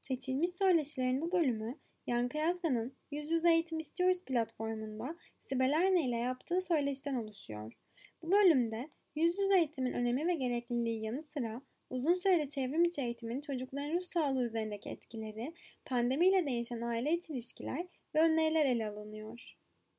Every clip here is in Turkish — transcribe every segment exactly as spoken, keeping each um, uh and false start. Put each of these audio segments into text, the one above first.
Seçilmiş Söyleşilerin bu bölümü Yankı Yazgan'ın Yüz Yüze Eğitim İstiyoruz platformunda Sibel Erne ile yaptığı söyleşiden oluşuyor. Bu bölümde yüz yüze eğitimin önemi ve gerekliliği yanı sıra uzun süreli çevrim içi eğitimin çocukların ruh sağlığı üzerindeki etkileri, pandemiyle değişen aile içi ilişkiler ve öneriler ele alınıyor.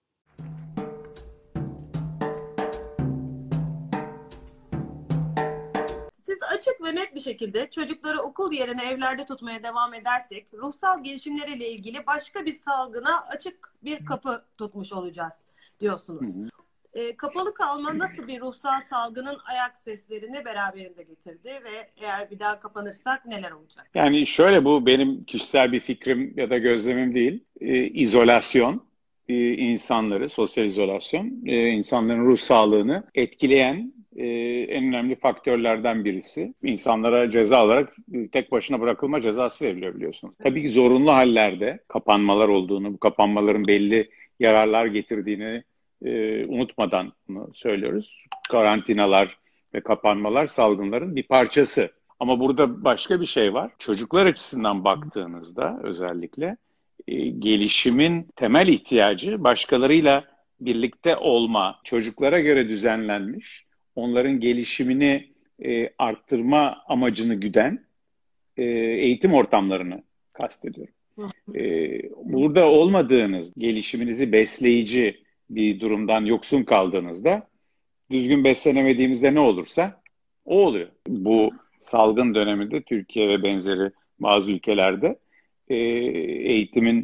Siz açık ve net bir şekilde çocukları okul yerine evlerde tutmaya devam edersek ruhsal gelişimleriyle ilgili başka bir salgına açık bir kapı tutmuş olacağız diyorsunuz. Hı hı. E, kapalı kalma nasıl bir ruhsal salgının ayak seslerini beraberinde getirdi ve eğer bir daha kapanırsak neler olacak? Yani şöyle, bu benim kişisel bir fikrim ya da gözlemim değil. E, izolasyon, e, insanları, sosyal izolasyon, e, insanların ruh sağlığını etkileyen e, en önemli faktörlerden birisi. İnsanlara ceza olarak e, tek başına bırakılma cezası veriliyor, biliyorsunuz. Tabii ki zorunlu hallerde kapanmalar olduğunu, bu kapanmaların belli yararlar getirdiğini e, unutmadan bunu söylüyoruz. Karantinalar ve kapanmalar salgınların bir parçası. Ama burada başka bir şey var. Çocuklar açısından baktığınızda özellikle e, gelişimin temel ihtiyacı başkalarıyla birlikte olma, çocuklara göre düzenlenmiş, onların gelişimini e, arttırma amacını güden e, eğitim ortamlarını kastediyorum. E, burada olmadığınız, gelişiminizi besleyici bir durumdan yoksun kaldığınızda, düzgün beslenemediğimizde ne olursa o oluyor. Bu salgın döneminde Türkiye ve benzeri bazı ülkelerde e, eğitimin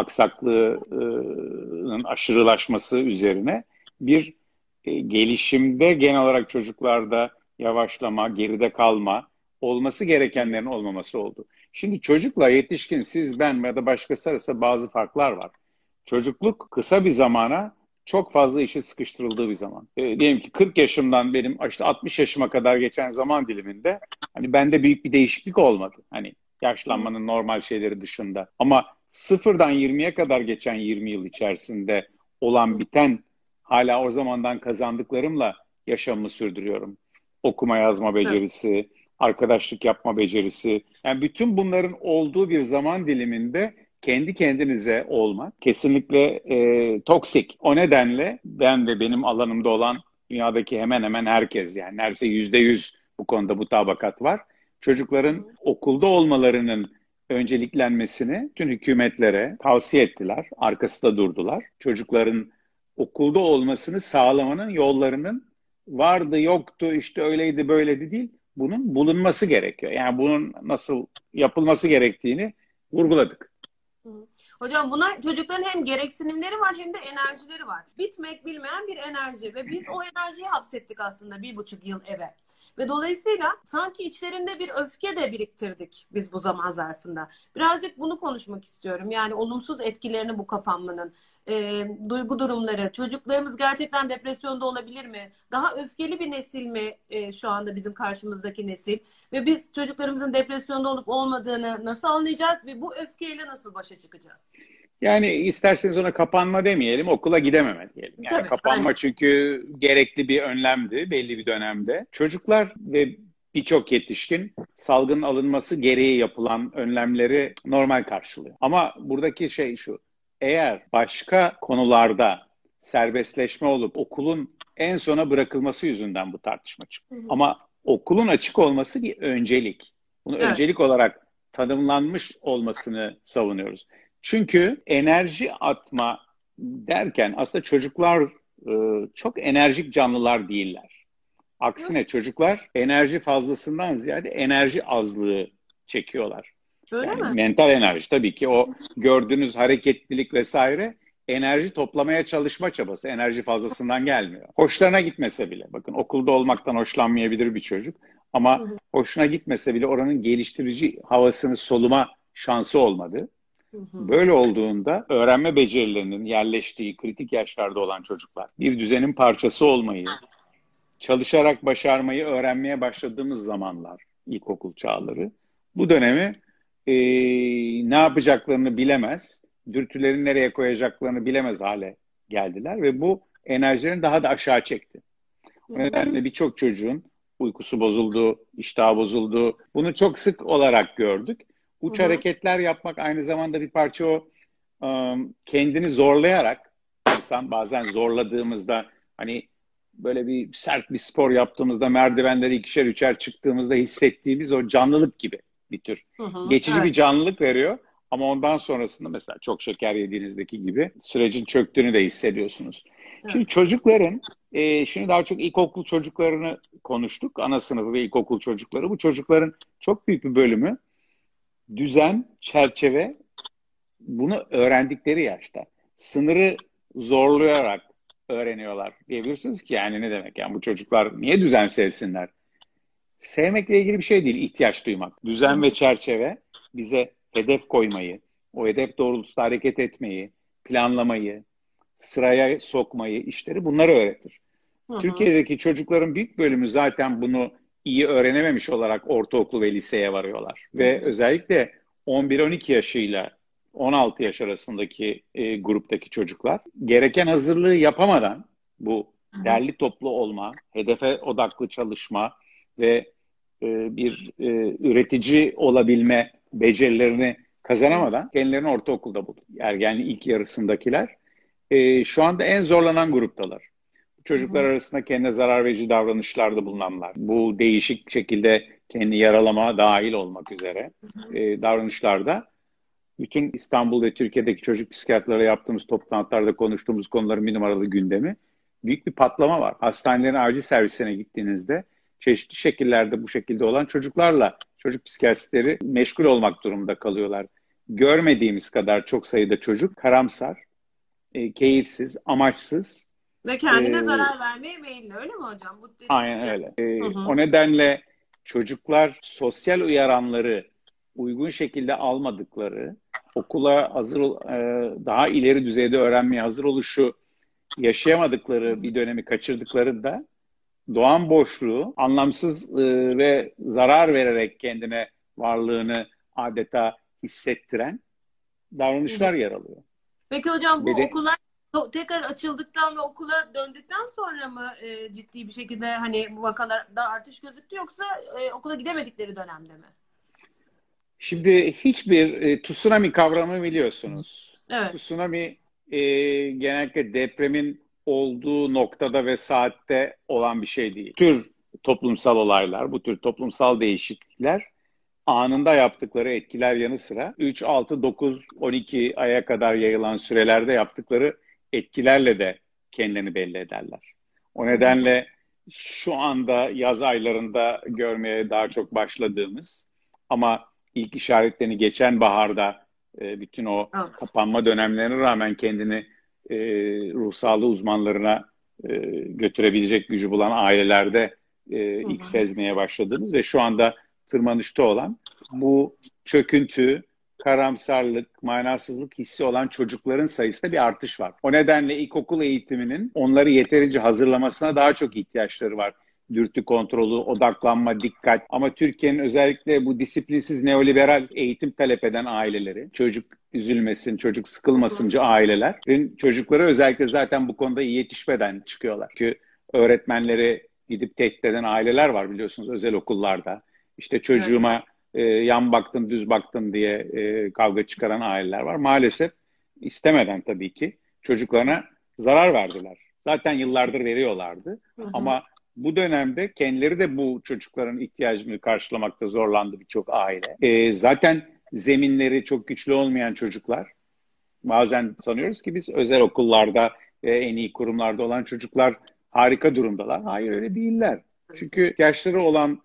aksaklığının aşırılaşması üzerine bir e, gelişimde genel olarak çocuklarda yavaşlama, geride kalma, olması gerekenlerin olmaması oldu. Şimdi çocukla yetişkin, siz, ben ya da başkası arasında bazı farklar var. Çocukluk kısa bir zamana çok fazla işe sıkıştırıldığı bir zaman. E, diyelim ki kırk yaşımdan benim işte altmış yaşıma kadar geçen zaman diliminde hani bende büyük bir değişiklik olmadı. Hani yaşlanmanın normal şeyleri dışında. Ama sıfırdan yirmiye kadar geçen yirmi yıl içerisinde olan biten, hala o zamandan kazandıklarımla yaşamımı sürdürüyorum. Okuma yazma becerisi, arkadaşlık yapma becerisi. Yani bütün bunların olduğu bir zaman diliminde kendi kendinize olmak kesinlikle e, toksik. O nedenle ben ve benim alanımda olan dünyadaki hemen hemen herkes, yani neredeyse yüzde yüz bu konuda mutabakat var. Çocukların okulda olmalarının önceliklenmesini tüm hükümetlere tavsiye ettiler. Arkasında durdular. Çocukların okulda olmasını sağlamanın yollarının vardı yoktu, işte öyleydi böyleydi değil, bunun bulunması gerekiyor. Yani bunun nasıl yapılması gerektiğini vurguladık. Hocam, buna çocukların hem gereksinimleri var hem de enerjileri var. Bitmek bilmeyen bir enerji ve biz o enerjiyi hapsettik aslında bir buçuk yıl eve. Ve dolayısıyla sanki içlerinde bir öfke de biriktirdik biz bu zaman zarfında. Birazcık bunu konuşmak istiyorum. Yani olumsuz etkilerini bu kapanmanın, e, duygu durumları, çocuklarımız gerçekten depresyonda olabilir mi? Daha öfkeli bir nesil mi e, şu anda bizim karşımızdaki nesil? Ve biz çocuklarımızın depresyonda olup olmadığını nasıl anlayacağız ve bu öfkeyle nasıl başa çıkacağız? Yani isterseniz ona kapanma demeyelim, okula gidememe diyelim. Yani Tabii, kapanma aynen. çünkü gerekli bir önlemdi belli bir dönemde. Çocuklar ve birçok yetişkin salgının alınması gereği yapılan önlemleri normal karşılıyor. Ama buradaki şey şu: eğer başka konularda serbestleşme olup okulun en sona bırakılması yüzünden bu tartışma çıkıyor. Hı hı. Ama okulun açık olması bir öncelik. Bunu evet. öncelik olarak tanımlanmış olmasını savunuyoruz. Çünkü enerji atma derken aslında çocuklar e, çok enerjik canlılar değiller. Aksine çocuklar enerji fazlasından ziyade enerji azlığı çekiyorlar. Öyle yani mi? Mental enerji tabii ki, o gördüğünüz hareketlilik vesaire enerji toplamaya çalışma çabası, enerji fazlasından gelmiyor. Hoşlarına gitmese bile, bakın okulda olmaktan hoşlanmayabilir bir çocuk ama hı hı. hoşuna gitmese bile oranın geliştirici havasını soluma şansı olmadı. Böyle olduğunda öğrenme becerilerinin yerleştiği kritik yaşlarda olan çocuklar bir düzenin parçası olmayı, çalışarak başarmayı öğrenmeye başladığımız zamanlar, ilkokul çağları, bu dönemi e, ne yapacaklarını bilemez, dürtülerini nereye koyacaklarını bilemez hale geldiler ve bu enerjilerini daha da aşağı çekti. O nedenle birçok çocuğun uykusu bozuldu, iştahı bozuldu. Bunu çok sık olarak gördük. Uç Hı hı. hareketler yapmak aynı zamanda bir parça o ım, kendini zorlayarak insan bazen zorladığımızda hani böyle bir sert bir spor yaptığımızda merdivenleri ikişer üçer çıktığımızda hissettiğimiz o canlılık gibi bir tür. Hı hı. Geçici bir Evet. canlılık veriyor ama ondan sonrasında mesela çok şeker yediğinizdeki gibi sürecin çöktüğünü de hissediyorsunuz. Evet. Şimdi çocukların e, şimdi daha çok ilkokul çocuklarını konuştuk. Ana sınıfı ve ilkokul çocukları. Bu çocukların çok büyük bir bölümü düzen, çerçeve bunu öğrendikleri yaşta. Sınırı zorlayarak öğreniyorlar. Diyebilirsiniz ki yani ne demek? Yani bu çocuklar niye düzen sevsinler? Sevmekle ilgili bir şey değil, ihtiyaç duymak. Hı Düzen hı. ve çerçeve bize hedef koymayı, o hedef doğrultusunda hareket etmeyi, planlamayı, sıraya sokmayı, işleri bunları öğretir. Hı hı. Türkiye'deki çocukların büyük bölümü zaten bunu iyi öğrenememiş olarak ortaokul ve liseye varıyorlar. Hı Ve hı. özellikle on bir on iki yaşıyla on altı yaş arasındaki e, gruptaki çocuklar gereken hazırlığı yapamadan bu Hı hı. derli toplu olma, hedefe odaklı çalışma ve e, bir e, üretici olabilme becerilerini kazanamadan kendilerini ortaokulda buldu. Ergenliğin ilk yarısındakiler e, şu anda en zorlanan gruptalar. Hı Çocuklar hı. arasında kendine zarar verici davranışlarda bulunanlar, bu değişik şekilde kendi yaralama dahil olmak üzere e, davranışlarda bütün İstanbul ve Türkiye'deki çocuk psikiyatrlara yaptığımız toplantılarda konuştuğumuz konuların bir numaralı gündemi. Büyük bir patlama var. Hastanelerin acil servisine gittiğinizde çeşitli şekillerde bu şekilde olan çocuklarla çocuk psikiyatristleri meşgul olmak durumunda kalıyorlar. Görmediğimiz kadar çok sayıda çocuk karamsar, e, keyifsiz, amaçsız. Ve E, kendine zarar vermeye meyilli, öyle mi hocam? Bu dediğiniz aynen yani. öyle. Hı E, hı. o nedenle çocuklar sosyal uyaranları uygun şekilde almadıkları, okula hazır, e, daha ileri düzeyde öğrenmeye hazır oluşu yaşayamadıkları bir dönemi kaçırdıklarında doğan boşluğu anlamsız e, ve zarar vererek kendine varlığını adeta hissettiren Hı hı. davranışlar yer alıyor. Peki hocam, bu Beden, okullar to- tekrar açıldıktan ve okula döndükten sonra mı e, ciddi bir şekilde hani bu vakalarda artış gözüktü, yoksa e, okula gidemedikleri dönemde mi? Şimdi hiçbir e, tsunami kavramı biliyorsunuz. Evet. Tsunami e, genellikle depremin olduğu noktada ve saatte olan bir şey değil. Bu tür toplumsal olaylar, bu tür toplumsal değişiklikler anında yaptıkları etkiler yanı sıra üç, altı, dokuz, on iki aya kadar yayılan sürelerde yaptıkları etkilerle de kendini belli ederler. O Hı hı. nedenle şu anda yaz aylarında görmeye daha çok başladığımız ama ilk işaretlerini geçen baharda e, bütün o Evet. kapanma dönemlerine rağmen kendini e, ruh sağlığı uzmanlarına e, götürebilecek gücü bulan ailelerde e, Hı ilk hı. sezmeye başladığımız ve şu anda tırmanışta olan bu çöküntü, karamsarlık, manasızlık hissi olan çocukların sayısında bir artış var. O nedenle ilkokul eğitiminin onları yeterince hazırlamasına daha çok ihtiyaçları var. Dürtü kontrolü, odaklanma, dikkat. Ama Türkiye'nin özellikle bu disiplinsiz neoliberal eğitim talep eden aileleri, çocuk üzülmesin, çocuk Hı hı. sıkılmasınca ailelerin çocukları özellikle zaten bu konuda iyi yetişmeden çıkıyorlar. Çünkü öğretmenleri gidip tehdit eden aileler var biliyorsunuz özel okullarda. İşte Evet. çocuğuma e, yan baktın, düz baktın diye e, kavga çıkaran aileler var. Maalesef istemeden tabii ki çocuklarına zarar verdiler. Zaten yıllardır veriyorlardı. Hı hı. Ama bu dönemde kendileri de bu çocukların ihtiyacını karşılamakta zorlandı birçok aile. E, zaten zeminleri çok güçlü olmayan çocuklar, bazen sanıyoruz ki biz özel okullarda ve en iyi kurumlarda olan çocuklar harika durumdalar. Hayır öyle değiller. Çünkü ihtiyaçları olanın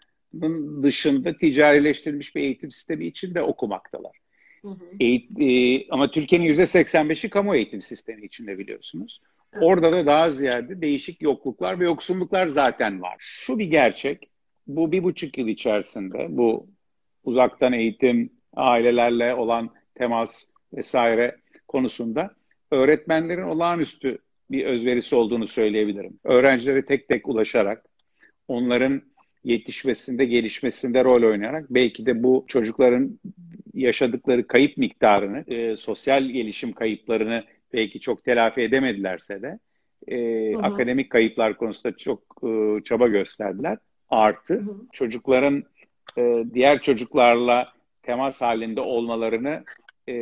dışında ticarileştirilmiş bir eğitim sistemi içinde okumaktalar. Hı hı. Eğit e, ama Türkiye'nin yüzde seksen beşi kamu eğitim sistemi içinde biliyorsunuz. Evet. Orada da daha ziyade değişik yokluklar ve yoksulluklar zaten var. Şu bir gerçek, bu bir buçuk yıl içerisinde bu uzaktan eğitim, ailelerle olan temas vesaire konusunda öğretmenlerin olağanüstü bir özverisi olduğunu söyleyebilirim. Öğrencilere tek tek ulaşarak, onların yetişmesinde, gelişmesinde rol oynayarak belki de bu çocukların yaşadıkları kayıp miktarını, e, sosyal gelişim kayıplarını belki çok telafi edemedilerse de e, Hı hı. akademik kayıplar konusunda çok e, çaba gösterdiler. Hı Artı hı. çocukların e, diğer çocuklarla temas halinde olmalarını e,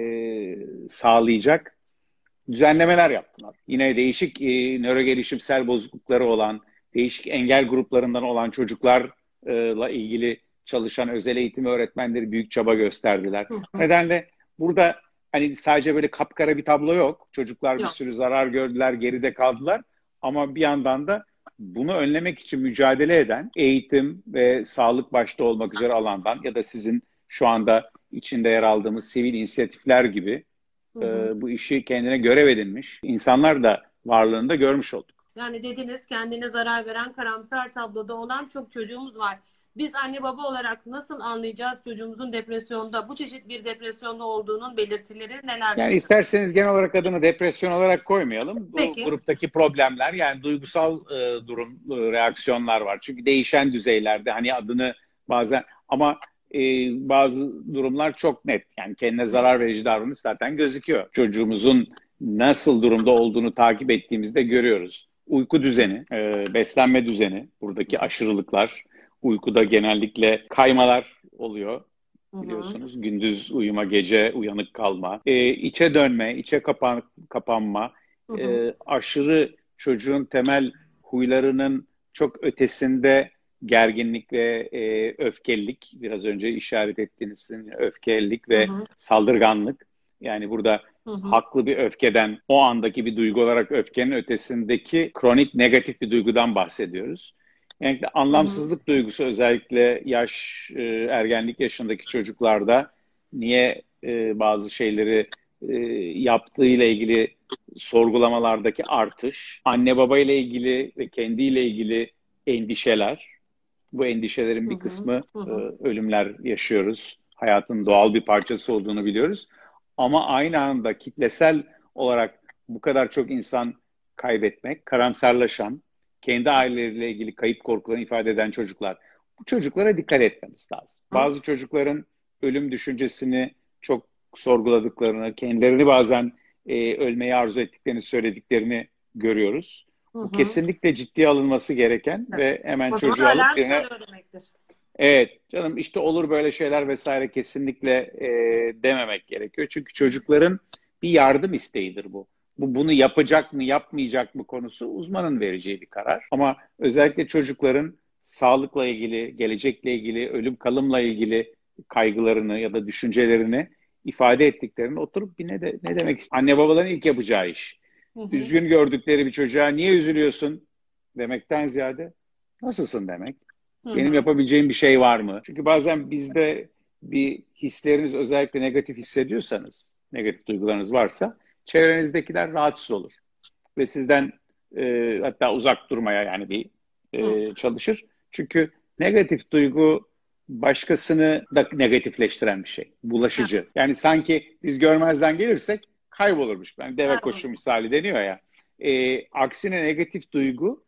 sağlayacak düzenlemeler yaptılar. Yine değişik e, nörogelişimsel bozuklukları olan, değişik engel gruplarından olan çocuklarla ilgili çalışan özel eğitim öğretmenleri büyük çaba gösterdiler. Hı hı. Nedenle burada hani sadece böyle kapkara bir tablo yok. Çocuklar bir Yok. sürü zarar gördüler, geride kaldılar. Ama bir yandan da bunu önlemek için mücadele eden eğitim ve sağlık başta olmak üzere alandan ya da sizin şu anda içinde yer aldığımız sivil inisiyatifler gibi Hı hı. e, bu işi kendine görev edinmiş insanlar da varlığında görmüş olduk. Yani dediniz, kendine zarar veren karamsar tabloda olan çok çocuğumuz var. Biz anne baba olarak nasıl anlayacağız çocuğumuzun depresyonda, bu çeşit bir depresyonda olduğunun belirtileri nelerdir? Yani isterseniz genel olarak adını depresyon olarak koymayalım. Bu Peki. gruptaki problemler, yani duygusal e, durum, e, reaksiyonlar var. Çünkü değişen düzeylerde, hani adını bazen, ama e, bazı durumlar çok net. Yani kendine zarar verici davranış zaten gözüküyor. Çocuğumuzun nasıl durumda olduğunu takip ettiğimizde görüyoruz. Uyku düzeni, e, beslenme düzeni, buradaki aşırılıklar, uykuda genellikle kaymalar oluyor. Biliyorsunuz, gündüz uyuma, gece uyanık kalma, e, içe dönme, içe kapan, kapanma, Hı hı. e, aşırı çocuğun temel huylarının çok ötesinde gerginlik ve e, öfkelilik, biraz önce işaret ettiğiniz öfkelilik ve Hı hı. saldırganlık. Yani burada Hı hı. haklı bir öfkeden, o andaki bir duygu olarak öfkenin ötesindeki kronik negatif bir duygudan bahsediyoruz. Yani anlamsızlık duygusu özellikle yaş e, ergenlik yaşındaki çocuklarda niye e, bazı şeyleri e, yaptığıyla ilgili sorgulamalardaki artış, anne baba ile ilgili ve kendiyle ilgili endişeler. Bu endişelerin Hı bir hı. kısmı Hı e, hı. ölümler yaşıyoruz. Hayatın doğal bir parçası olduğunu biliyoruz. Ama aynı anda kitlesel olarak bu kadar çok insan kaybetmek, karamsarlaşan, kendi aileleriyle ilgili kayıp korkularını ifade eden çocuklar. Bu çocuklara dikkat etmemiz lazım. Bazı çocukların ölüm düşüncesini çok sorguladıklarını, kendilerini bazen e, ölmeyi arzu ettiklerini söylediklerini görüyoruz. Hı Bu hı. kesinlikle ciddiye alınması gereken ve hemen O zaman çocuğu alıp alarm birine, çalıyor demektir. evet canım işte olur böyle şeyler vesaire, kesinlikle e, dememek gerekiyor. Çünkü çocukların bir yardım isteğidir bu. Bu bunu yapacak mı yapmayacak mı konusu uzmanın vereceği bir karar. Ama özellikle çocukların sağlıkla ilgili, gelecekle ilgili, ölüm kalımla ilgili kaygılarını ya da düşüncelerini ifade ettiklerini oturup bir ne, de, ne demek istiyor? Anne babaların ilk yapacağı iş. Hı hı. Üzgün gördükleri bir çocuğa niye üzülüyorsun demekten ziyade nasılsın demek. Hı Benim hı. yapabileceğim bir şey var mı? Çünkü bazen bizde bir hisleriniz özellikle negatif hissediyorsanız, negatif duygularınız varsa çevrenizdekiler rahatsız olur. Ve sizden e, hatta uzak durmaya yani bir Hı. e, çalışır. Çünkü negatif duygu başkasını da negatifleştiren bir şey. Bulaşıcı. Yani sanki biz görmezden gelirsek kaybolurmuş. Yani deve Kaybolur. koşu misali deniyor ya. E, aksine negatif duygu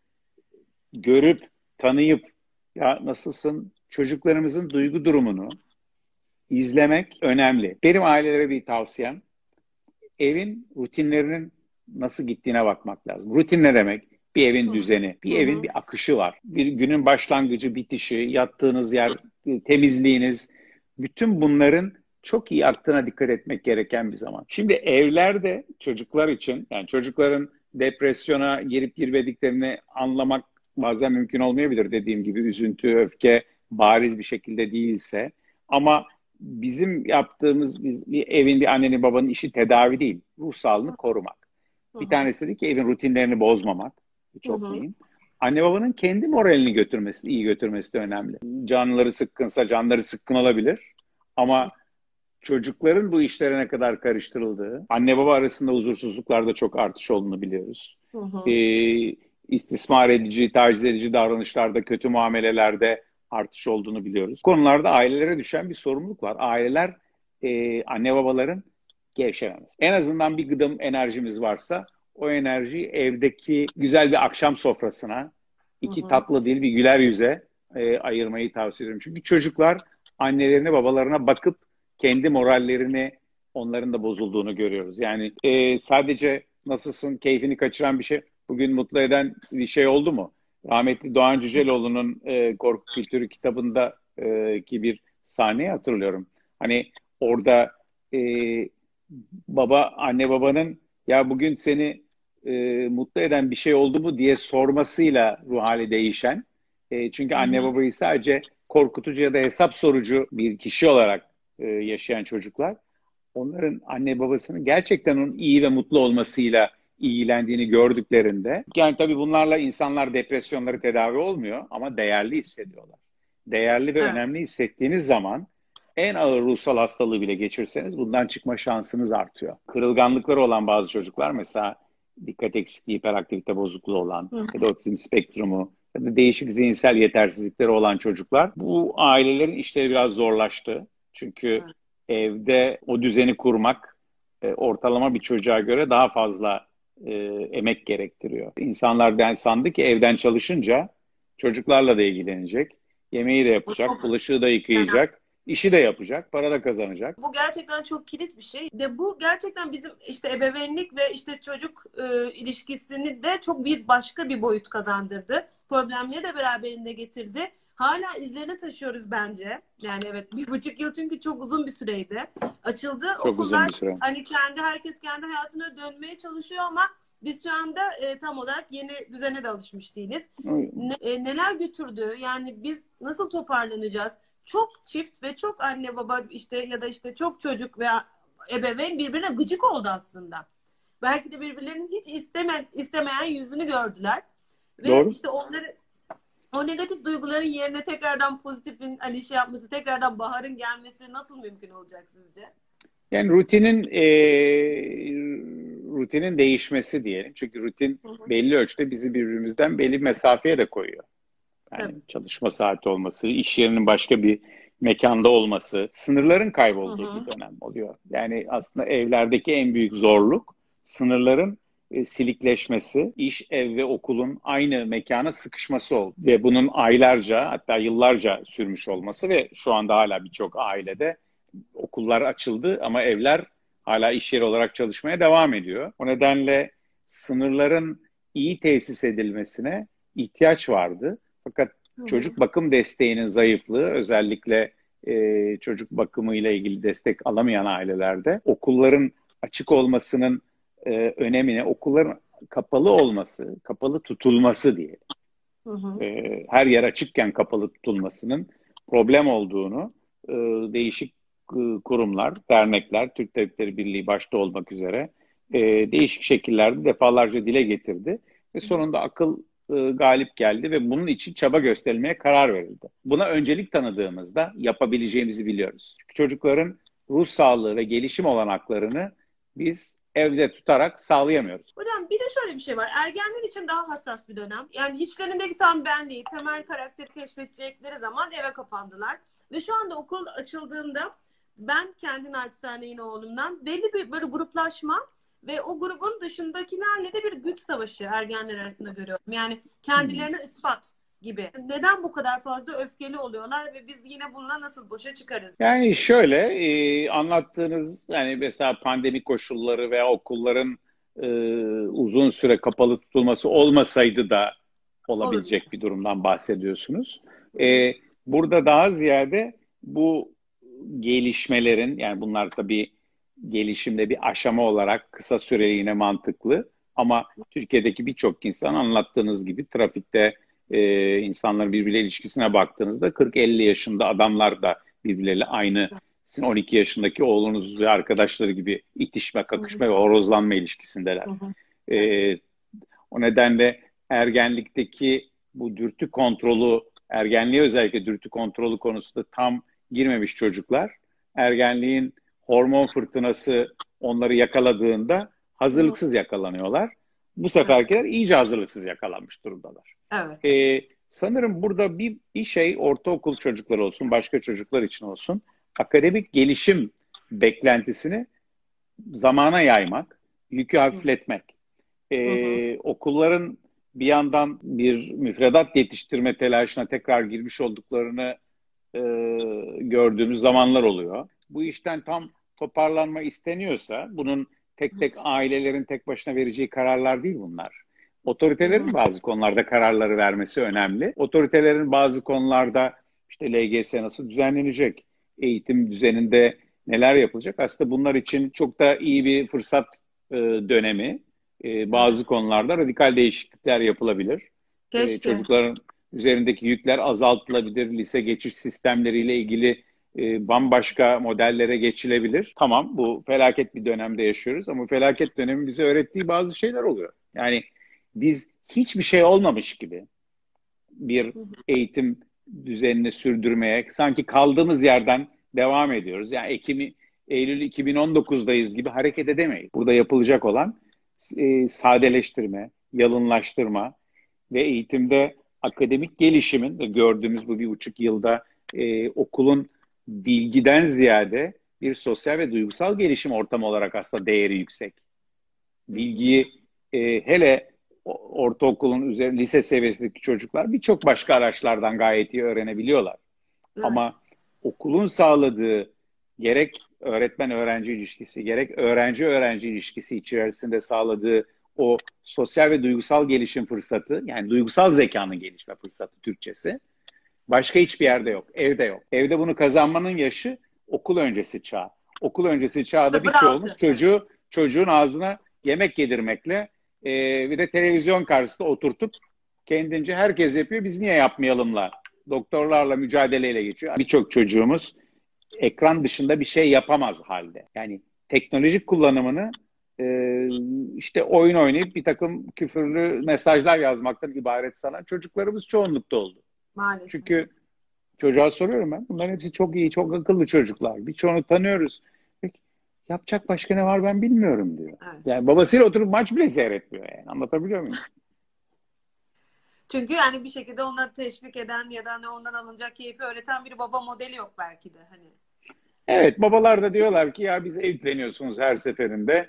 görüp, tanıyıp, ya nasılsın, çocuklarımızın duygu durumunu izlemek önemli. Benim ailelere bir tavsiyem, evin rutinlerinin nasıl gittiğine bakmak lazım. Rutin ne demek? Bir evin Hı. düzeni, bir Hı evin hı. bir akışı var. Bir günün başlangıcı, bitişi, yattığınız yer, temizliğiniz, bütün bunların çok iyi aktığına dikkat etmek gereken bir zaman. Şimdi evlerde çocuklar için, yani çocukların depresyona girip girmediklerini anlamak bazen mümkün olmayabilir, dediğim gibi üzüntü, öfke bariz bir şekilde değilse. Ama bizim yaptığımız, biz bir evin, bir annenin babanın işi tedavi değil, ruh sağlığını korumak. Hı Bir hı. tanesi dedi ki evin rutinlerini bozmamak. Bu Hı çok hı. mühim. Anne babanın kendi moralini götürmesi, iyi götürmesi de önemli. Canları sıkkınsa canları sıkkın olabilir. Ama çocukların bu işlere ne kadar karıştırıldığı, anne baba arasında huzursuzluklarda çok artış olduğunu biliyoruz. Hı hı. Ee, istismar edici, taciz edici davranışlarda, kötü muamelelerde artış olduğunu biliyoruz. Bu konularda ailelere düşen bir sorumluluk var. Aileler, e, anne babaların gevşememesi. En azından bir gıdım enerjimiz varsa o enerjiyi evdeki güzel bir akşam sofrasına, iki Hı hı. tatlı dil, bir güler yüze e, ayırmayı tavsiye ediyorum. Çünkü çocuklar annelerine, babalarına bakıp kendi morallerini, onların da bozulduğunu görüyoruz. Yani e, sadece nasılsın, keyfini kaçıran bir şey, bugün mutlu eden bir şey oldu mu? Rahmetli Doğan Cüceloğlu'nun e, Korku Kültürü kitabında e, ki bir sahneyi hatırlıyorum. Hani orada e, baba, anne babanın ya bugün seni e, mutlu eden bir şey oldu mu diye sormasıyla ruh hali değişen. E, çünkü Hı anne hı. babayı sadece korkutucu ya da hesap sorucu bir kişi olarak e, yaşayan çocuklar, onların anne babasının gerçekten onun iyi ve mutlu olmasıyla ilgilendiğini gördüklerinde, yani tabii bunlarla insanlar depresyonları tedavi olmuyor ama değerli hissediyorlar. Değerli ve Evet. önemli hissettiğiniz zaman en ağır ruhsal hastalığı bile geçirseniz bundan çıkma şansınız artıyor. Kırılganlıkları olan bazı çocuklar, mesela dikkat eksikliği, hiperaktivite bozukluğu olan Hı hı. ya da otizm spektrumu ya da değişik zihinsel yetersizlikleri olan çocuklar, bu ailelerin işleri biraz zorlaştı. Çünkü Evet. evde o düzeni kurmak e, ortalama bir çocuğa göre daha fazla e, emek gerektiriyor. İnsanlar den sandı ki evden çalışınca çocuklarla da ilgilenecek, yemeği de Bu yapacak, çok bulaşığı da önemli. yıkayacak, işi de yapacak, para da kazanacak. Bu gerçekten çok kilit bir şey. De bu gerçekten bizim işte ebeveynlik ve işte çocuk e, ilişkisini de çok bir başka bir boyut kazandırdı. Problemleri de beraberinde getirdi. Hala izlerini taşıyoruz bence. Yani evet, bir buçuk yıl çünkü çok uzun bir süreydi. Açıldı Çok uzun okullar, bir süre. hani kendi herkes kendi hayatına dönmeye çalışıyor ama biz şu anda e, tam olarak yeni düzene de alışmış değiliz. Ne, e, neler götürdü? Yani biz nasıl toparlanacağız? Çok çift ve çok anne baba işte ya da işte çok çocuk ve ebeveyn birbirine gıcık oldu aslında. Belki de birbirlerinin hiç isteme, istemeyen yüzünü gördüler. Ve Doğru. işte onları, o negatif duyguların yerine tekrardan pozitifin hani şey yapması, tekrardan baharın gelmesi nasıl mümkün olacak sizce? Yani rutinin e, rutinin değişmesi diyelim. Çünkü rutin Hı hı. belli ölçüde bizi birbirimizden belli bir mesafeye de koyuyor. Yani Tabii. çalışma saati olması, iş yerinin başka bir mekanda olması, sınırların Hı kaybolduğu bir hı. dönem oluyor. Yani aslında evlerdeki en büyük zorluk sınırların e, silikleşmesi, iş, ev ve okulun aynı mekana sıkışması oldu. Ve bunun aylarca, hatta yıllarca sürmüş olması ve şu anda hala birçok ailede okullar açıldı ama evler hala iş yeri olarak çalışmaya devam ediyor. O nedenle sınırların iyi tesis edilmesine ihtiyaç vardı. Fakat Hı hı. çocuk bakım desteğinin zayıflığı, özellikle e, çocuk bakımı ile ilgili destek alamayan ailelerde okulların açık olmasının e, önemine, okulların kapalı olması, kapalı tutulması diye, Hı hı. e, her yer açıkken kapalı tutulmasının problem olduğunu e, değişik e, kurumlar, dernekler, Türk Tabipleri Birliği başta olmak üzere e, değişik şekillerde defalarca dile getirdi ve sonunda akıl e, galip geldi ve bunun için çaba gösterilmeye karar verildi. Buna öncelik tanıdığımızda yapabileceğimizi biliyoruz. Çünkü çocukların ruh sağlığı ve gelişim olanaklarını biz evde tutarak sağlayamıyoruz. Hocam bir de şöyle bir şey var. Ergenler için daha hassas bir dönem. Yani içlerindeki tam benliği, temel karakteri keşfedecekleri zaman eve kapandılar. Ve şu anda okul açıldığında ben kendi naçizane yine oğlumdan belli bir böyle gruplaşma ve o grubun dışındakilerle de bir güç savaşı ergenler arasında görüyorum. Yani Hmm. kendilerine ispat gibi. Neden bu kadar fazla öfkeli oluyorlar ve biz yine bununla nasıl başa çıkarız? Yani şöyle e, anlattığınız, yani mesela pandemi koşulları veya okulların e, uzun süre kapalı tutulması olmasaydı da Olur. olabilecek bir durumdan bahsediyorsunuz. Hı hı. E, burada daha ziyade bu gelişmelerin, yani bunlar tabii gelişimde bir aşama olarak kısa süreliğine mantıklı ama Türkiye'deki birçok insan anlattığınız gibi trafikte e, insanların birbiriyle ilişkisine baktığınızda kırk elli yaşında adamlar da birbirleriyle aynı, sizin on iki yaşındaki oğlunuz ve arkadaşları gibi itişme, Hı hı. kakışma ve horozlanma ilişkisindeler. Hı hı. Evet. Ee, O nedenle ergenlikteki bu dürtü kontrolü, ergenliğe özellikle dürtü kontrolü konusunda tam girmemiş çocuklar, ergenliğin hormon fırtınası onları yakaladığında Hı hı. hazırlıksız yakalanıyorlar. Bu Evet. seferkiler iyice hazırlıksız yakalanmış durumdalar. Evet. Ee, sanırım burada bir, bir şey, ortaokul çocukları olsun, başka çocuklar için olsun, akademik gelişim beklentisini zamana yaymak, yükü Hı hafifletmek. hı. Ee, okulların bir yandan bir müfredat yetiştirme telaşına tekrar girmiş olduklarını e, gördüğümüz zamanlar oluyor. Bu işten tam toparlanma isteniyorsa, bunun tek tek ailelerin tek başına vereceği kararlar değil bunlar. Hı hı. Otoritelerin bazı konularda kararları vermesi önemli. Otoritelerin bazı konularda işte L G S nasıl düzenlenecek, eğitim düzeninde neler yapılacak? Aslında bunlar için çok da iyi bir fırsat e, dönemi. E, bazı konularda radikal değişiklikler yapılabilir. E, Keşke. çocukların üzerindeki yükler azaltılabilir. Lise geçiş sistemleriyle ilgili e, bambaşka modellere geçilebilir. Tamam, bu felaket bir dönemde yaşıyoruz ama felaket dönemi bize öğrettiği bazı şeyler oluyor. Yani biz hiçbir şey olmamış gibi bir eğitim düzenini sürdürmeye, sanki kaldığımız yerden devam ediyoruz. Yani Ekim, Eylül iki bin on dokuzdayız gibi hareket edemeyiz. Burada yapılacak olan e, sadeleştirme, yalınlaştırma ve eğitimde akademik gelişimin ve gördüğümüz bu bir buçuk yılda e, okulun bilgiden ziyade bir sosyal ve duygusal gelişim ortamı olarak aslında değeri yüksek. Bilgiyi e, hele ortaokulun üzeri, lise seviyesindeki çocuklar birçok başka araçlardan gayet iyi öğrenebiliyorlar. Evet. Ama okulun sağladığı gerek öğretmen-öğrenci ilişkisi, gerek öğrenci-öğrenci ilişkisi içerisinde sağladığı o sosyal ve duygusal gelişim fırsatı, yani duygusal zekanın gelişme fırsatı Türkçesi, başka hiçbir yerde yok, evde yok. Evde bunu kazanmanın yaşı okul öncesi çağ. Okul öncesi çağda birçoğumuz çocuğu, çocuğun ağzına yemek yedirmekle e, bir de televizyon karşısında oturtup kendince herkes yapıyor, biz niye yapmayalımla, doktorlarla mücadeleyle geçiyor. Birçok çocuğumuz ekran dışında bir şey yapamaz halde. Yani teknolojik kullanımını e, işte oyun oynayıp bir takım küfürlü mesajlar yazmaktan ibaret sanan çocuklarımız çoğunlukta oldu. Maalesef. Çünkü çocuğa soruyorum ben. Bunların hepsi çok iyi, çok akıllı çocuklar. Birçoğunu tanıyoruz. Peki, yapacak başka ne var ben bilmiyorum diyor. Evet. Yani babasıyla oturup maç bile seyretmiyor yani. Anlatabiliyor muyum? Çünkü yani bir şekilde onları teşvik eden ya da hani ondan alınacak keyfi öğreten bir baba modeli yok belki de. Hani. Evet, babalar da diyorlar ki ya bize yükleniyorsunuz her seferinde.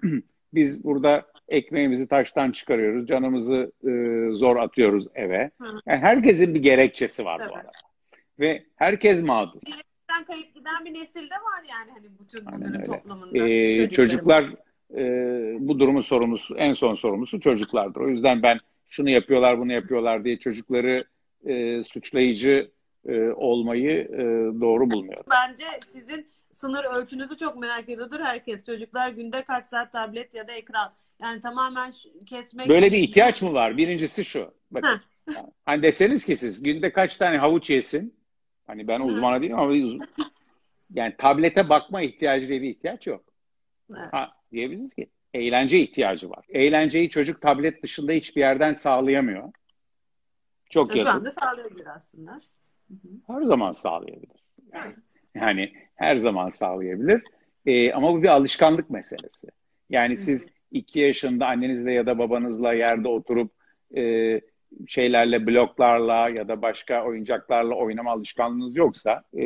Biz burada ekmeğimizi taştan çıkarıyoruz, canımızı e, zor atıyoruz eve. Yani herkesin bir gerekçesi var evet. bu arada. Ve herkes mağdur. Nesilden kayıp giden bir nesilde var yani hani bütün bunların toplamında. Ee, çocuklar e, bu durumun sorumlusu, en son sorumlusu çocuklardır. O yüzden ben şunu yapıyorlar, bunu yapıyorlar diye çocukları e, suçlayıcı e, olmayı e, doğru bulmuyorum. Bence sizin sınır ölçünüzü çok merak ediyordur herkes. Çocuklar günde kaç saat tablet ya da ekran. Yani tamamen kesmek... Böyle bir ihtiyaç mı var? Birincisi şu. Bakın. Hani deseniz ki siz günde kaç tane havuç yesin? Hani ben uzmanı değilim ama uzman. Yani tablete bakma ihtiyacı diye bir ihtiyaç yok. Evet. Ha, diyebiliriz ki eğlence ihtiyacı var. Eğlenceyi çocuk tablet dışında hiçbir yerden sağlayamıyor. Çok yazık. Şu anda sağlayabilir aslında. Her zaman sağlayabilir. Yani, yani her zaman sağlayabilir. Ee, ama bu bir alışkanlık meselesi. Yani siz iki yaşında annenizle ya da babanızla yerde oturup e, şeylerle, bloklarla ya da başka oyuncaklarla oynama alışkanlığınız yoksa e,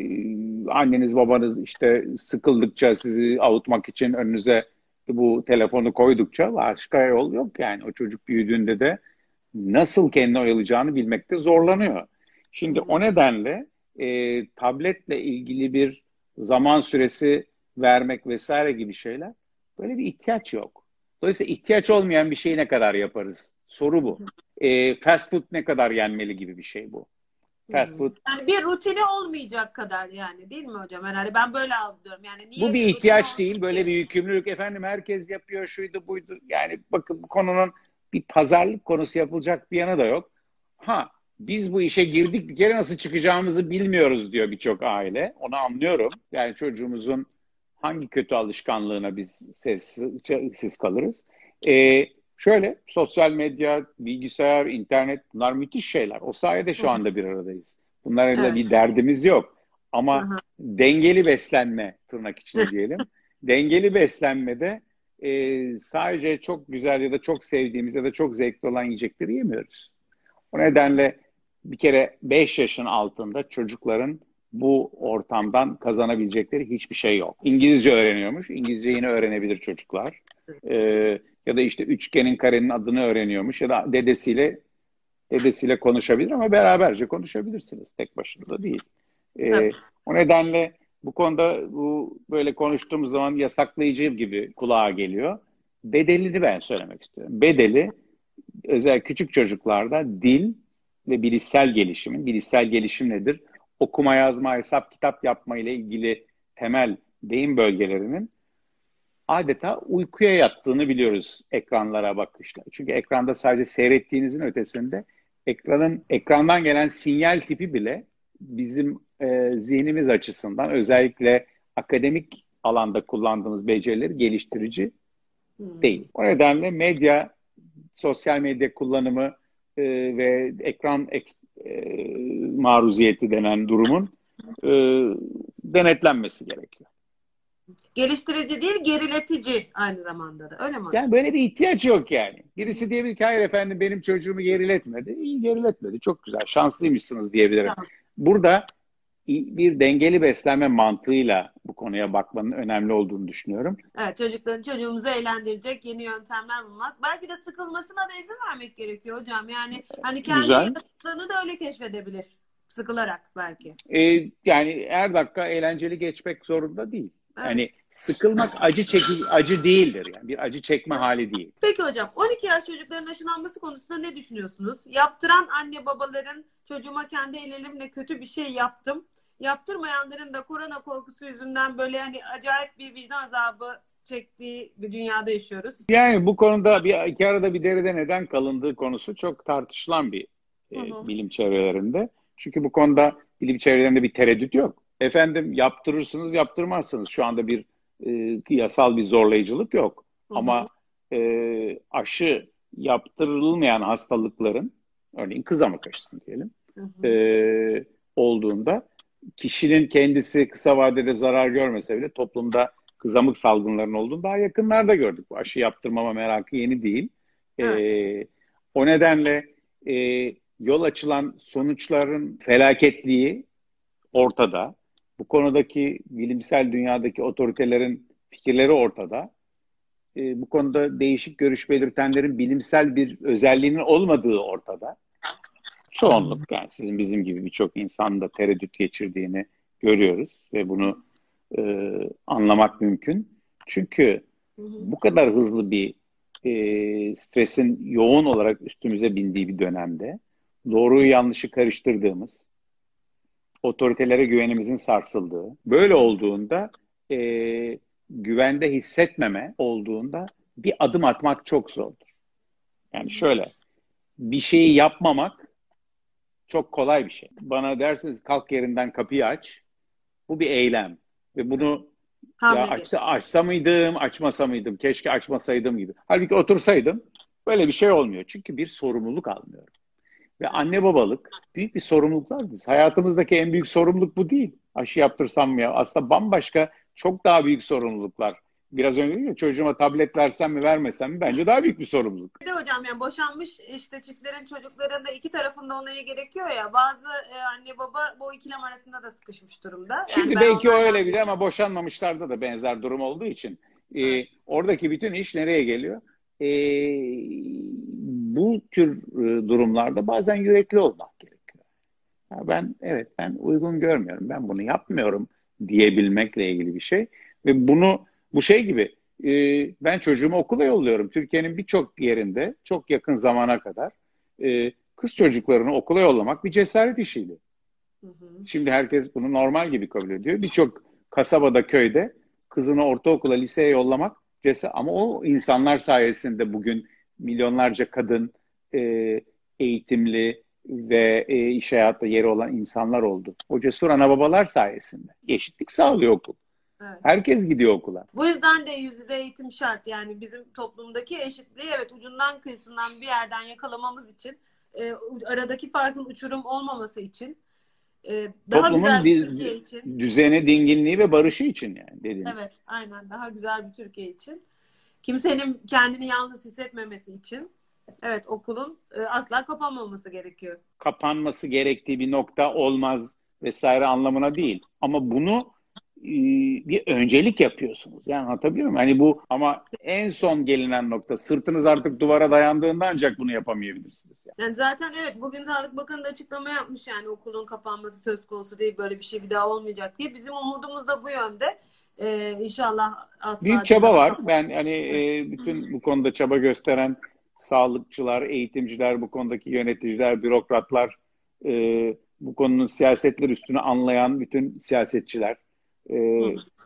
anneniz babanız işte sıkıldıkça sizi avutmak için önünüze bu telefonu koydukça başka yol yok yani. O çocuk büyüdüğünde de nasıl kendini oyalayacağını bilmekte zorlanıyor. Şimdi o nedenle e, tabletle ilgili bir zaman süresi vermek vesaire gibi şeyler, böyle bir ihtiyaç yok. Dolayısıyla ihtiyaç olmayan bir şeyi ne kadar yaparız? Soru bu. E, fast food ne kadar yenmeli gibi bir şey bu. Fast food. Yani bir rutini olmayacak kadar yani değil mi hocam? Herhalde ben böyle algılıyorum. Yani niye bu bir ihtiyaç değil, böyle bir yükümlülük. Efendim herkes yapıyor, şuydu buydu. Yani bakın bu konunun bir pazarlık konusu yapılacak bir yanı da yok. Ha, biz bu işe girdik bir kere nasıl çıkacağımızı bilmiyoruz diyor birçok aile. Onu anlıyorum. Yani çocuğumuzun hangi kötü alışkanlığına biz sessiz kalırız? Ee, şöyle, sosyal medya, bilgisayar, internet, bunlar müthiş şeyler. O sayede şu anda bir aradayız. Bunlarla evet. bir derdimiz yok. Ama Aha. dengeli beslenme, tırnak içinde diyelim. Dengeli beslenmede e, sadece çok güzel ya da çok sevdiğimiz ya da çok zevkli olan yiyecekleri yemiyoruz. O nedenle bir kere beş yaşın altında çocukların bu ortamdan kazanabilecekleri hiçbir şey yok. İngilizce öğreniyormuş. İngilizce yine öğrenebilir çocuklar. Ee, ya da işte üçgenin karenin adını öğreniyormuş ya da dedesiyle dedesiyle konuşabilir ama beraberce konuşabilirsiniz. Tek başınıza değil. Ee, o nedenle bu konuda bu böyle konuştuğumuz zaman yasaklayıcı gibi kulağa geliyor. Bedelini ben söylemek istiyorum. Bedeli özel küçük çocuklarda dil ve bilişsel gelişimin, bilişsel gelişim nedir? okuma yazma, hesap kitap yapma ile ilgili temel beyin bölgelerinin adeta uykuya yattığını biliyoruz ekranlara bakışla. Çünkü ekranda sadece seyrettiğinizin ötesinde ekranın ekrandan gelen sinyal tipi bile bizim e, zihnimiz açısından özellikle akademik alanda kullandığımız becerileri geliştirici hmm. değil. O nedenle medya, sosyal medya kullanımı e, ve ekran eks, e, maruziyeti denen durumun e, denetlenmesi gerekiyor. Geliştirici değil, geriletici aynı zamanda da. Öyle mi? Yani böyle bir ihtiyaç yok yani. Birisi diyebilir ki hayır efendim benim çocuğumu geriletmedi. İyi geriletmedi. Çok güzel. Şanslıymışsınız diyebilirim. Tamam. Burada bir dengeli beslenme mantığıyla bu konuya bakmanın önemli olduğunu düşünüyorum. Evet, çocukların çocuğumuzu eğlendirecek yeni yöntemler bulmak. Belki de sıkılmasına da izin vermek gerekiyor hocam. Yani hani kendi yaratıcılığını da öyle keşfedebilir. Sıkılarak belki. Ee, yani her dakika eğlenceli geçmek zorunda değil. Evet. Yani sıkılmak acı çeki acı değildir yani bir acı çekme evet. hali değil. Peki hocam on iki yaş çocukların aşılanması konusunda ne düşünüyorsunuz? Yaptıran anne babaların çocuğuma kendi ellerimle kötü bir şey yaptım. Yaptırmayanların da korona korkusu yüzünden böyle hani acayip bir vicdan azabı çektiği bir dünyada yaşıyoruz. Yani bu konuda bir iki arada bir deride neden kalındığı konusu çok tartışılan bir e, bilim çevrelerinde. Çünkü bu konuda bilim çevrelerinde bir tereddüt yok. Efendim yaptırırsınız, yaptırmazsınız. Şu anda bir e, yasal bir zorlayıcılık yok. Hı hı. Ama e, aşı yaptırılmayan hastalıkların, örneğin kızamık aşısı diyelim, hı hı. E, olduğunda kişinin kendisi kısa vadede zarar görmese bile toplumda kızamık salgınlarının olduğunu daha yakınlarda gördük. Bu aşı yaptırmama merakı yeni değil. E, o nedenle e, yol açılan sonuçların felaketliği ortada. Bu konudaki bilimsel dünyadaki otoritelerin fikirleri ortada. E, bu konuda değişik görüş belirtenlerin bilimsel bir özelliğinin olmadığı ortada. Çoğunluk yani sizin bizim gibi birçok insanın da tereddüt geçirdiğini görüyoruz ve bunu e, anlamak mümkün. Çünkü bu kadar hızlı bir e, stresin yoğun olarak üstümüze bindiği bir dönemde doğruyu yanlışı karıştırdığımız, otoritelere güvenimizin sarsıldığı, böyle olduğunda e, güvende hissetmeme olduğunda bir adım atmak çok zordur. Yani şöyle, bir şeyi yapmamak çok kolay bir şey. Bana derseniz kalk yerinden kapıyı aç, bu bir eylem ve bunu Hamle ya açsa, açsa mıydım, açmasa mıydım, keşke açmasaydım gibi. Halbuki otursaydım böyle bir şey olmuyor. Çünkü bir sorumluluk almıyorum. Ve anne babalık büyük bir sorumluluk vardır. Hayatımızdaki en büyük sorumluluk bu değil. Aşı yaptırsam mı ya? Aslında bambaşka çok daha büyük sorumluluklar. Biraz önce dedim ya çocuğuma tablet versem mi vermesem mi bence daha büyük bir sorumluluk. Bir de hocam yani boşanmış işte çiftlerin çocuklarında iki tarafında onaya gerekiyor ya. Bazı e, anne baba bu ikilem arasında da sıkışmış durumda. Yani Şimdi belki o öyle bile ama boşanmamışlarda da benzer durum olduğu için e, oradaki bütün iş nereye geliyor? E, bu tür e, durumlarda bazen yürekli olmak gerekiyor. Ya ben evet ben uygun görmüyorum. Ben bunu yapmıyorum diyebilmekle ilgili bir şey ve bunu bu şey gibi e, ben çocuğumu okula yolluyorum. Türkiye'nin birçok yerinde çok yakın zamana kadar e, kız çocuklarını okula yollamak bir cesaret işiydi. Hı hı. Şimdi herkes bunu normal gibi kabul ediyor. Birçok kasabada, köyde kızını ortaokula, liseye yollamak cesaret. Ama o insanlar sayesinde bugün milyonlarca kadın e, eğitimli ve e, iş hayatta yeri olan insanlar oldu. O cesur ana babalar sayesinde. Eşitlik sağlıyor okul. Evet. Herkes gidiyor okula. Bu yüzden de yüz yüze eğitim şart. Yani bizim toplumdaki eşitliği evet ucundan kıyısından bir yerden yakalamamız için e, aradaki farkın uçurum olmaması için e, daha toplumun güzel bir Türkiye için. Düzeni, dinginliği ve barışı için yani dediğiniz. Evet aynen daha güzel bir Türkiye için. Kimsenin kendini yalnız hissetmemesi için evet okulun e, asla kapanmaması gerekiyor. Kapanması gerektiği bir nokta olmaz vesaire anlamına değil. Ama bunu bir öncelik yapıyorsunuz. Yani anlatabiliyor muyum? Hani bu ama en son gelinen nokta sırtınız artık duvara dayandığında ancak bunu yapamayabilirsiniz. Yani, yani zaten evet bugün Sağlık Bakanı da açıklama yapmış yani okulun kapanması söz konusu değil böyle bir şey bir daha olmayacak diye. Bizim umudumuz da bu yönde. Ee, inşallah asla. Büyük çaba var. Ben hani e, bütün bu konuda çaba gösteren sağlıkçılar, eğitimciler, bu konudaki yöneticiler, bürokratlar e, bu konunun siyasetler üstünü anlayan bütün siyasetçiler. E,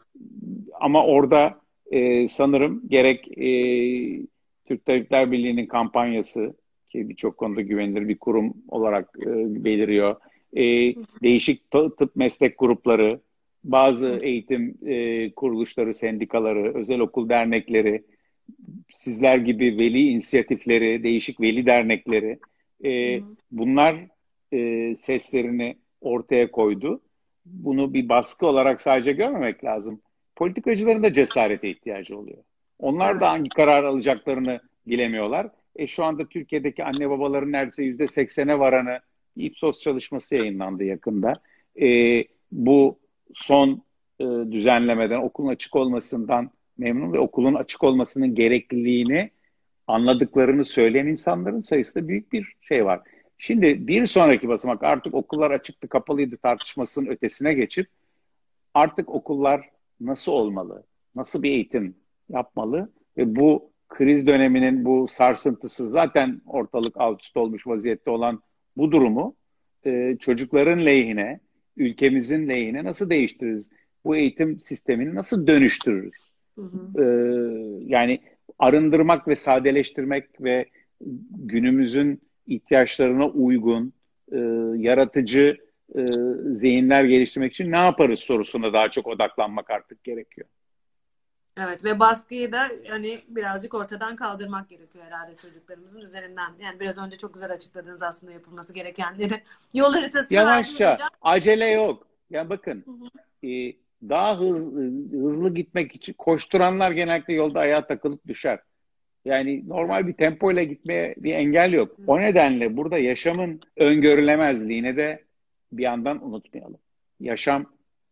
ama orada e, sanırım gerek e, Türk Tabipler Birliği'nin kampanyası, ki birçok konuda güvenilir bir kurum olarak e, beliriyor. E, değişik tıp meslek grupları, bazı eğitim e, kuruluşları, sendikaları, özel okul dernekleri, sizler gibi veli inisiyatifleri, değişik veli dernekleri, e, bunlar e, seslerini ortaya koydu. Bunu bir baskı olarak sadece görmemek lazım. Politikacıların da cesarete ihtiyacı oluyor. Onlar da hangi karar alacaklarını bilemiyorlar. E şu anda Türkiye'deki anne babaların neredeyse yüzde seksene varanı, Ipsos çalışması yayınlandı yakında. E, bu son e, düzenlemeden, okulun açık olmasından memnun ve okulun açık olmasının gerekliliğini anladıklarını söyleyen insanların sayısında büyük bir şey var. Şimdi bir sonraki basamak, artık okullar açıktı, kapalıydı tartışmasının ötesine geçip artık okullar nasıl olmalı, nasıl bir eğitim yapmalı ve bu kriz döneminin bu sarsıntısı, zaten ortalık alt üst olmuş vaziyette olan bu durumu e, çocukların lehine, ülkemizin lehine nasıl değiştiririz? Bu eğitim sistemini nasıl dönüştürürüz? Hı hı. E, yani arındırmak ve sadeleştirmek ve günümüzün ihtiyaçlarına uygun, e, yaratıcı e, zihinler geliştirmek için ne yaparız sorusuna daha çok odaklanmak artık gerekiyor. Evet, ve baskıyı da hani birazcık ortadan kaldırmak gerekiyor herhalde çocuklarımızın üzerinden. Yani biraz önce çok güzel açıkladınız aslında yapılması gerekenleri. Yol haritasını yavaşça, acele yok. Yani bakın, hı hı. E, daha hız, hızlı gitmek için koşturanlar genellikle yolda ayağa takılıp düşer. Yani normal bir tempoyla gitmeye bir engel yok. O nedenle burada yaşamın öngörülemezliğini de bir yandan unutmayalım. Yaşam,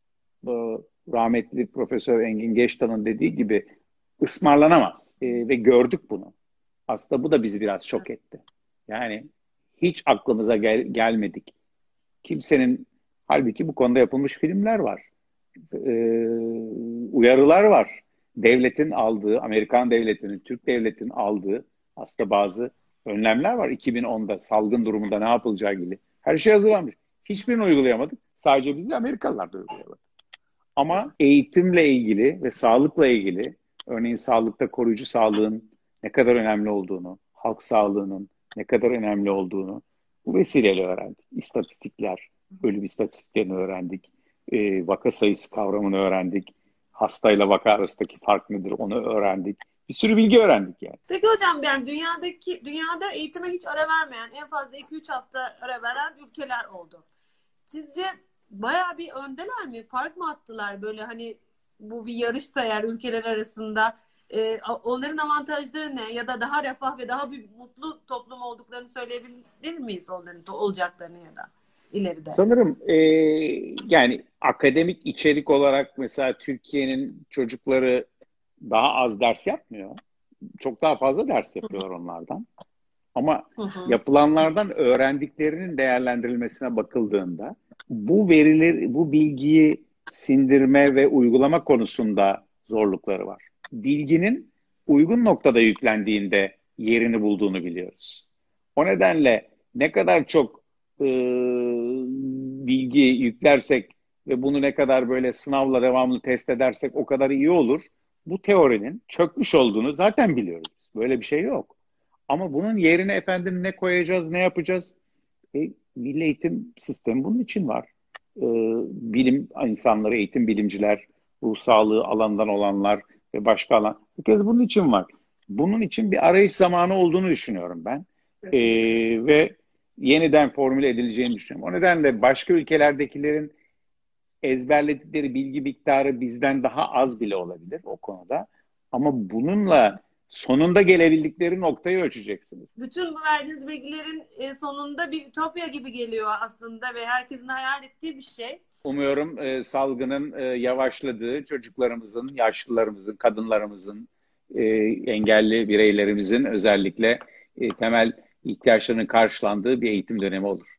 rahmetli Profesör Engin Geçtan'ın dediği gibi, ısmarlanamaz. E, ve gördük bunu. Aslında bu da bizi biraz şok etti. Yani hiç aklımıza gel gelmedik. Kimsenin, halbuki bu konuda yapılmış filmler var. E, uyarılar var. Devletin aldığı, Amerikan devletinin, Türk devletinin aldığı aslında bazı önlemler var. iki bin onda salgın durumunda ne yapılacağı ilgili. Her şey hazırlanmış. Hiçbirini uygulayamadık. Sadece biz de Amerikalılar da uygulayamadık. Ama eğitimle ilgili ve sağlıkla ilgili, örneğin sağlıkta koruyucu sağlığın ne kadar önemli olduğunu, halk sağlığının ne kadar önemli olduğunu bu vesileyle öğrendik. İstatistikler, ölüm istatistiklerini öğrendik. E, vaka sayısı kavramını öğrendik. Hastayla vaka arasındaki fark nedir onu öğrendik. Bir sürü bilgi öğrendik yani. Peki hocam, yani dünyadaki dünyada eğitime hiç ara vermeyen, en fazla iki üç hafta ara veren ülkeler oldu. Sizce bayağı bir öndeler mi? Fark mı attılar böyle, hani bu bir yarışsa eğer ülkeler arasında, e, onların avantajları ne? Ya da daha refah ve daha bir mutlu toplum olduklarını söyleyebilir miyiz onların olacaklarını ya da ileride? Sanırım e, yani akademik içerik olarak mesela Türkiye'nin çocukları daha az ders yapmıyor. Çok daha fazla ders yapıyorlar onlardan. Ama hı hı. yapılanlardan öğrendiklerinin değerlendirilmesine bakıldığında bu verileri, bu bilgiyi sindirme ve uygulama konusunda zorlukları var. Bilginin uygun noktada yüklendiğinde yerini bulduğunu biliyoruz. O nedenle ne kadar çok e, bilgi yüklersek ve bunu ne kadar böyle sınavla devamlı test edersek o kadar iyi olur. Bu teorinin çökmüş olduğunu zaten biliyoruz. Böyle bir şey yok. Ama bunun yerine efendim ne koyacağız, ne yapacağız? E, milli eğitim sistemi bunun için var. E, bilim insanları, eğitim bilimciler, ruh sağlığı alanından olanlar ve başka alan. Bu kez bunun için var. Bunun için bir arayış zamanı olduğunu düşünüyorum ben. E, ve yeniden formüle edileceğini düşünüyorum. O nedenle başka ülkelerdekilerin ezberledikleri bilgi miktarı bizden daha az bile olabilir o konuda. Ama bununla sonunda gelebildikleri noktayı ölçeceksiniz. Bütün bu verdiğiniz bilgilerin sonunda bir ütopya gibi geliyor aslında ve herkesin hayal ettiği bir şey. Umuyorum e, salgının e, yavaşladığı, çocuklarımızın, yaşlılarımızın, kadınlarımızın, e, engelli bireylerimizin özellikle e, temel ihtiyaçlarının karşılandığı bir eğitim dönemi olur.